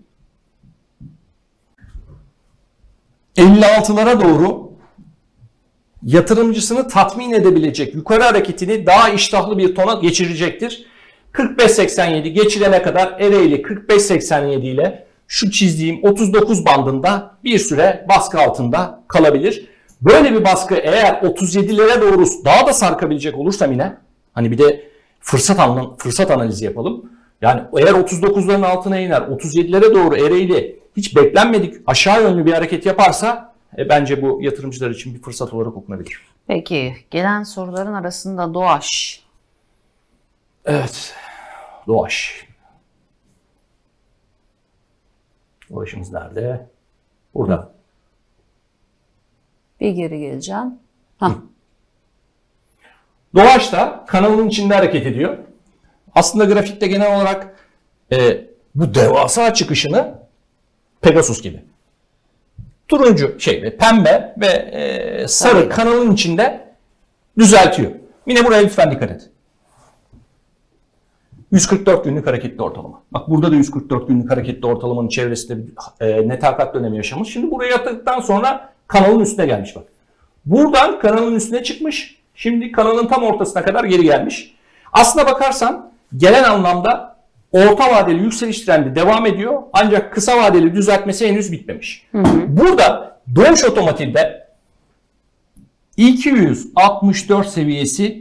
elli altılara doğru yatırımcısını tatmin edebilecek yukarı hareketini daha iştahlı bir tona geçirecektir. kırk beş seksen yedi geçilene kadar Ereğli kırk beş seksen yedi ile şu çizdiğim otuz dokuz bandında bir süre baskı altında kalabilir. Böyle bir baskı eğer otuz yedilere doğru daha da sarkabilecek olursa yine, hani bir de fırsat anlam fırsat analizi yapalım. Yani eğer otuz dokuzların altına iner, otuz yedilere doğru Ereğli hiç beklenmedik aşağı yönlü bir hareket yaparsa e, bence bu yatırımcılar için bir fırsat olarak okunabilir. Peki gelen soruların arasında Doğaş. Evet. Doğaş. Doğaş'ımız nerede? Burada. Bir geri geleceğim. Hah. Doğaç da kanalın içinde hareket ediyor. Aslında grafikte genel olarak e, bu devasa çıkışını Pegasus gibi. Turuncu şey, pembe ve e, sarı Tabii. kanalın içinde düzeltiyor. Yine buraya lütfen dikkat et. yüz kırk dört günlük hareketli ortalama. Bak burada da yüz kırk dört günlük hareketli ortalamanın çevresinde bir e, netakat dönemi yaşamış. Şimdi buraya attıktan sonra kanalın üstüne gelmiş bak. Buradan kanalın üstüne çıkmış. Şimdi kanalın tam ortasına kadar geri gelmiş. Aslına bakarsan gelen anlamda orta vadeli yükseliş trendi devam ediyor. Ancak kısa vadeli düzeltmesi henüz bitmemiş. Hı hı. Burada Doğuş Otomotiv'de iki yüz altmış dört seviyesi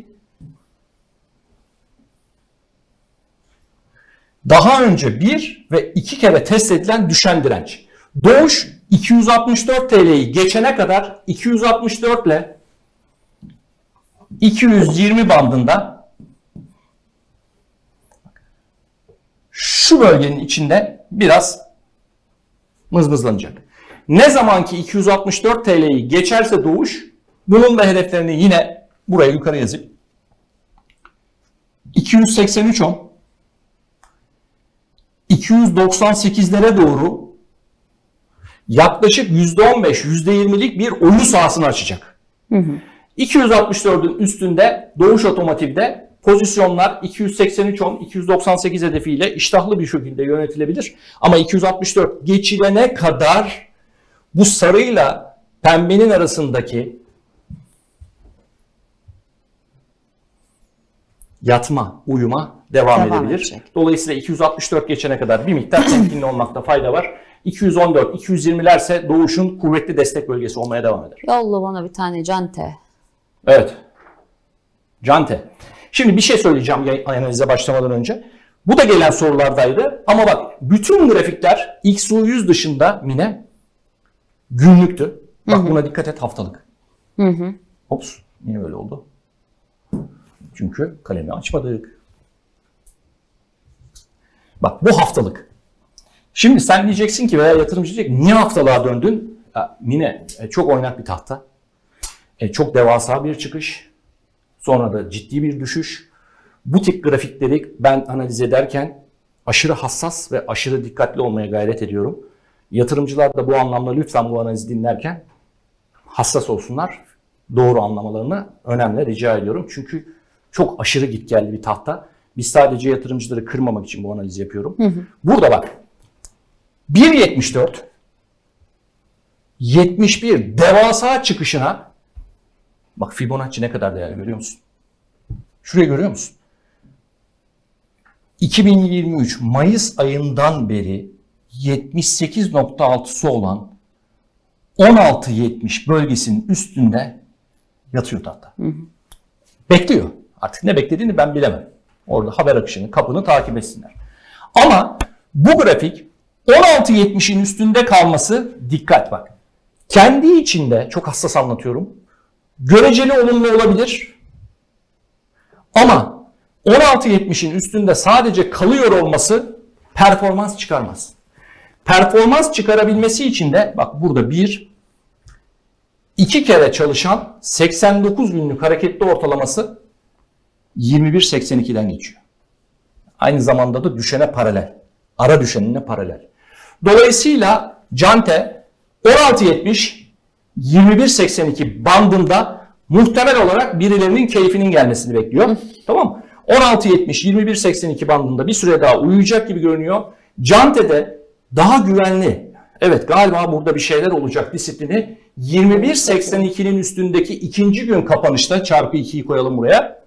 daha önce bir ve iki kere test edilen düşen direnç. Doğuş iki yüz altmış dört T L'yi geçene kadar iki yüz altmış dört ile iki yüz yirmi bandında şu bölgenin içinde biraz mızmızlanacak. Ne zaman ki iki yüz altmış dört T L'yi geçerse Doğuş, bunun da hedeflerini yine buraya yukarı yazıp iki yüz seksen üç on, iki yüz doksan sekizlere doğru yaklaşık yüzde on beş yüzde yirmilik bir oyun sahasını açacak. Hı hı. iki yüz altmış dördün üstünde Doğuş Otomotiv'de pozisyonlar iki yüz seksen üç on, iki yüz doksan sekiz hedefiyle iştahlı bir şekilde yönetilebilir. Ama iki yüz altmış dört geçilene kadar bu sarıyla pembenin arasındaki yatma, uyuma devam, devam edebilir. Edecek. Dolayısıyla iki yüz altmış dört geçene kadar bir miktar temkinli olmakta fayda var. iki yüz on dört iki yüz yirmilerse Doğuş'un kuvvetli destek bölgesi olmaya devam eder. Yolla bana bir tane Cante. Evet. Cante. Şimdi bir şey söyleyeceğim analize başlamadan önce. Bu da gelen sorulardaydı. Ama bak bütün grafikler X U yüz dışında Mine günlüktü. Bak hı hı. Buna dikkat et, haftalık. Hı hı. Ops, yine böyle oldu. Çünkü kalemi açmadık. Bak bu haftalık. Şimdi sen diyeceksin ki veya yatırımcı diyecek niye haftalığa döndün? Ya, yine çok oynak bir tahta. E, çok devasa bir çıkış. Sonra da ciddi bir düşüş. Bu tip grafikleri ben analiz ederken aşırı hassas ve aşırı dikkatli olmaya gayret ediyorum. Yatırımcılar da bu anlamda lütfen bu analizi dinlerken hassas olsunlar. Doğru anlamalarını önemli rica ediyorum. Çünkü çok aşırı gitgelli bir tahta. Biz sadece yatırımcıları kırmamak için bu analizi yapıyorum. Hı hı. Burada bak bir yetmiş dört yetmiş bir devasa çıkışına bak Fibonacci ne kadar değerli görüyor musun? Şurayı görüyor musun? iki bin yirmi üç Mayıs ayından beri yetmiş sekiz nokta altısı olan on altı yetmiş bölgesinin üstünde yatıyor tahta. Hı hı. Bekliyor. Artık ne beklediğini ben bilemem. Orada haber akışını, kapını takip etsinler. Ama bu grafik on altı yetmişin üstünde kalması, dikkat bak. Kendi içinde çok hassas anlatıyorum. Göreceli olumlu olabilir. Ama on altı yetmişin üstünde sadece kalıyor olması performans çıkarmaz. Performans çıkarabilmesi için de bak burada bir, iki kere çalışan seksen dokuz günlük hareketli ortalaması yirmi bir seksen ikiden geçiyor. Aynı zamanda da düşene paralel. Ara düşenine paralel. Dolayısıyla Cante on altı yetmiş yirmi bir seksen iki bandında muhtemel olarak birilerinin keyfinin gelmesini bekliyor. Tamam mı? on altı yetmiş yirmi bir seksen iki bandında bir süre daha uyuyacak gibi görünüyor. Cante'de daha güvenli. Evet, galiba burada bir şeyler olacak disiplini. yirmi bir seksen ikinin üstündeki ikinci gün kapanışta çarpı ikiyi koyalım buraya.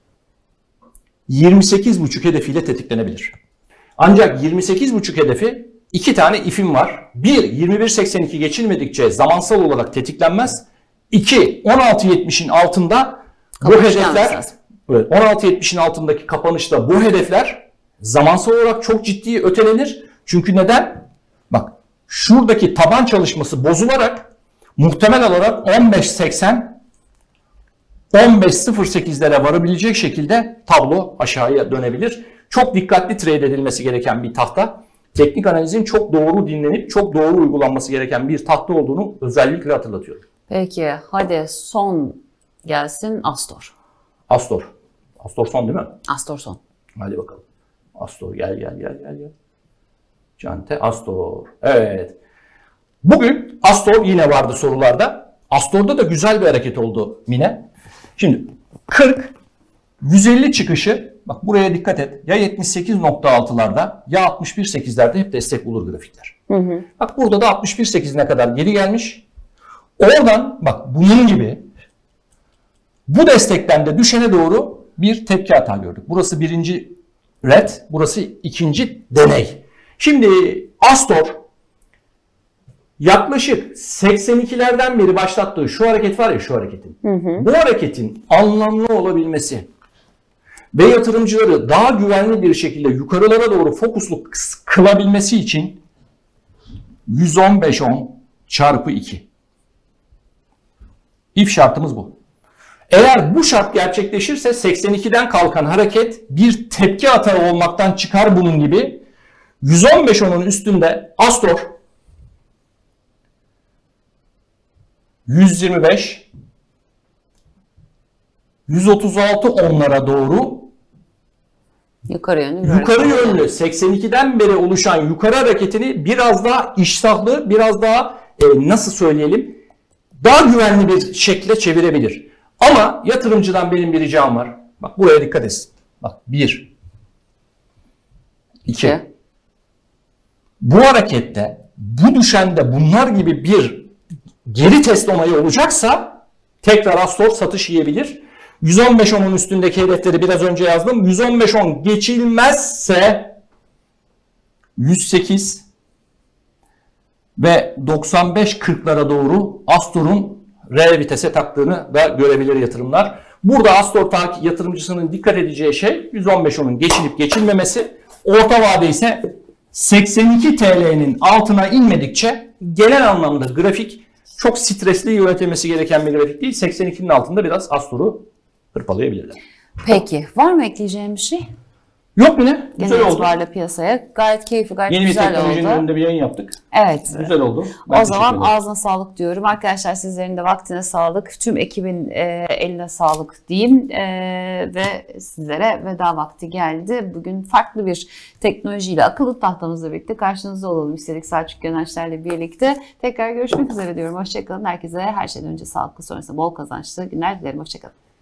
yirmi sekiz buçuk hedefiyle tetiklenebilir. Ancak yirmi sekiz buçuk hedefi iki tane ifim var. Bir, yirmi bir seksen iki geçilmedikçe zamansal olarak tetiklenmez. İki, on altı yetmişin altında bu hedefler, on altı yetmişin altındaki kapanışta bu hedefler zamansal olarak çok ciddi ötelenir. Çünkü neden? Bak, şuradaki taban çalışması bozularak muhtemel olarak on beş seksen on beş sıfır sekizlere varabilecek şekilde tablo aşağıya dönebilir. Çok dikkatli trade edilmesi gereken bir tahta. Teknik analizin çok doğru dinlenip çok doğru uygulanması gereken bir tahta olduğunu özellikle hatırlatıyorum. Peki hadi son gelsin Astor. Astor. Astor son değil mi? Astor son. Hadi bakalım. Astor gel gel gel gel. gel. Cante Astor. Evet. Bugün Astor yine vardı sorularda. Astor'da da güzel bir hareket oldu Mine. Şimdi kırk yüz elli çıkışı, bak buraya dikkat et. Ya yetmiş sekiz nokta altılarda ya altmış bir sekizlerde hep destek bulur grafikler. Hı hı. Bak burada da altmış bir sekizine kadar geri gelmiş. Oradan bak bunun gibi bu destekten de düşene doğru bir tepki hata gördük. Burası birinci red, burası ikinci deney. Şimdi Astor yaklaşık seksen ikilerden beri başlattığı şu hareket var ya, şu hareketin. Hı hı. Bu hareketin anlamlı olabilmesi ve yatırımcıları daha güvenli bir şekilde yukarılara doğru fokuslu kılabilmesi için yüz on beş on çarpı iki. İf şartımız bu. Eğer bu şart gerçekleşirse seksen ikiden kalkan hareket bir tepki atağı olmaktan çıkar bunun gibi. yüz on beş onun üstünde Astor yüz yirmi beş yüz otuz altı onlara doğru yukarı yönlü, yukarı yönlü seksen ikiden beri oluşan yukarı hareketini biraz daha iştahlı, biraz daha e, nasıl söyleyelim, daha güvenli bir şekilde çevirebilir. Ama yatırımcıdan benim bir ricam var. Bak buraya dikkat etsin. Bak bir, iki. Bu harekette, bu düşende bunlar gibi bir geri test onayı olacaksa tekrar Astor satış yiyebilir. yüz on beş onun üstündeki hedefleri biraz önce yazdım. yüz on beş on geçilmezse yüz sekiz ve doksan beş kırklara doğru Astor'un R vitese taktığını da görebilir yatırımlar. Burada Astor yatırımcısının dikkat edeceği şey yüz on beş onun geçilip geçilmemesi. Orta vade ise seksen iki T L'nin altına inmedikçe genel anlamda grafik çok stresli yönetilmesi gereken bir grafik değil. seksen ikinin altında biraz Astor'u hırpalayabilirler. Peki. Var mı ekleyeceğim bir şey? Yok mu ne? Güzel Genel oldu. itibariyle piyasaya. Gayet keyifli, gayet Yeni güzel oldu. Yeni bir teknolojinin önünde bir yayın yaptık. Evet. Güzel oldu. Ben o zaman ağzına sağlık diyorum. Arkadaşlar sizlerin de vaktine sağlık. Tüm ekibin e, eline sağlık diyeyim. E, ve sizlere veda vakti geldi. Bugün farklı bir teknolojiyle, akıllı tahtamızla birlikte karşınızda olalım istedik Selçuk Gönençler'le birlikte. Tekrar görüşmek üzere diyorum. Hoşçakalın. Herkese her şeyden önce sağlıklı, sonrasında bol kazançlı günler dilerim. Hoşçakalın.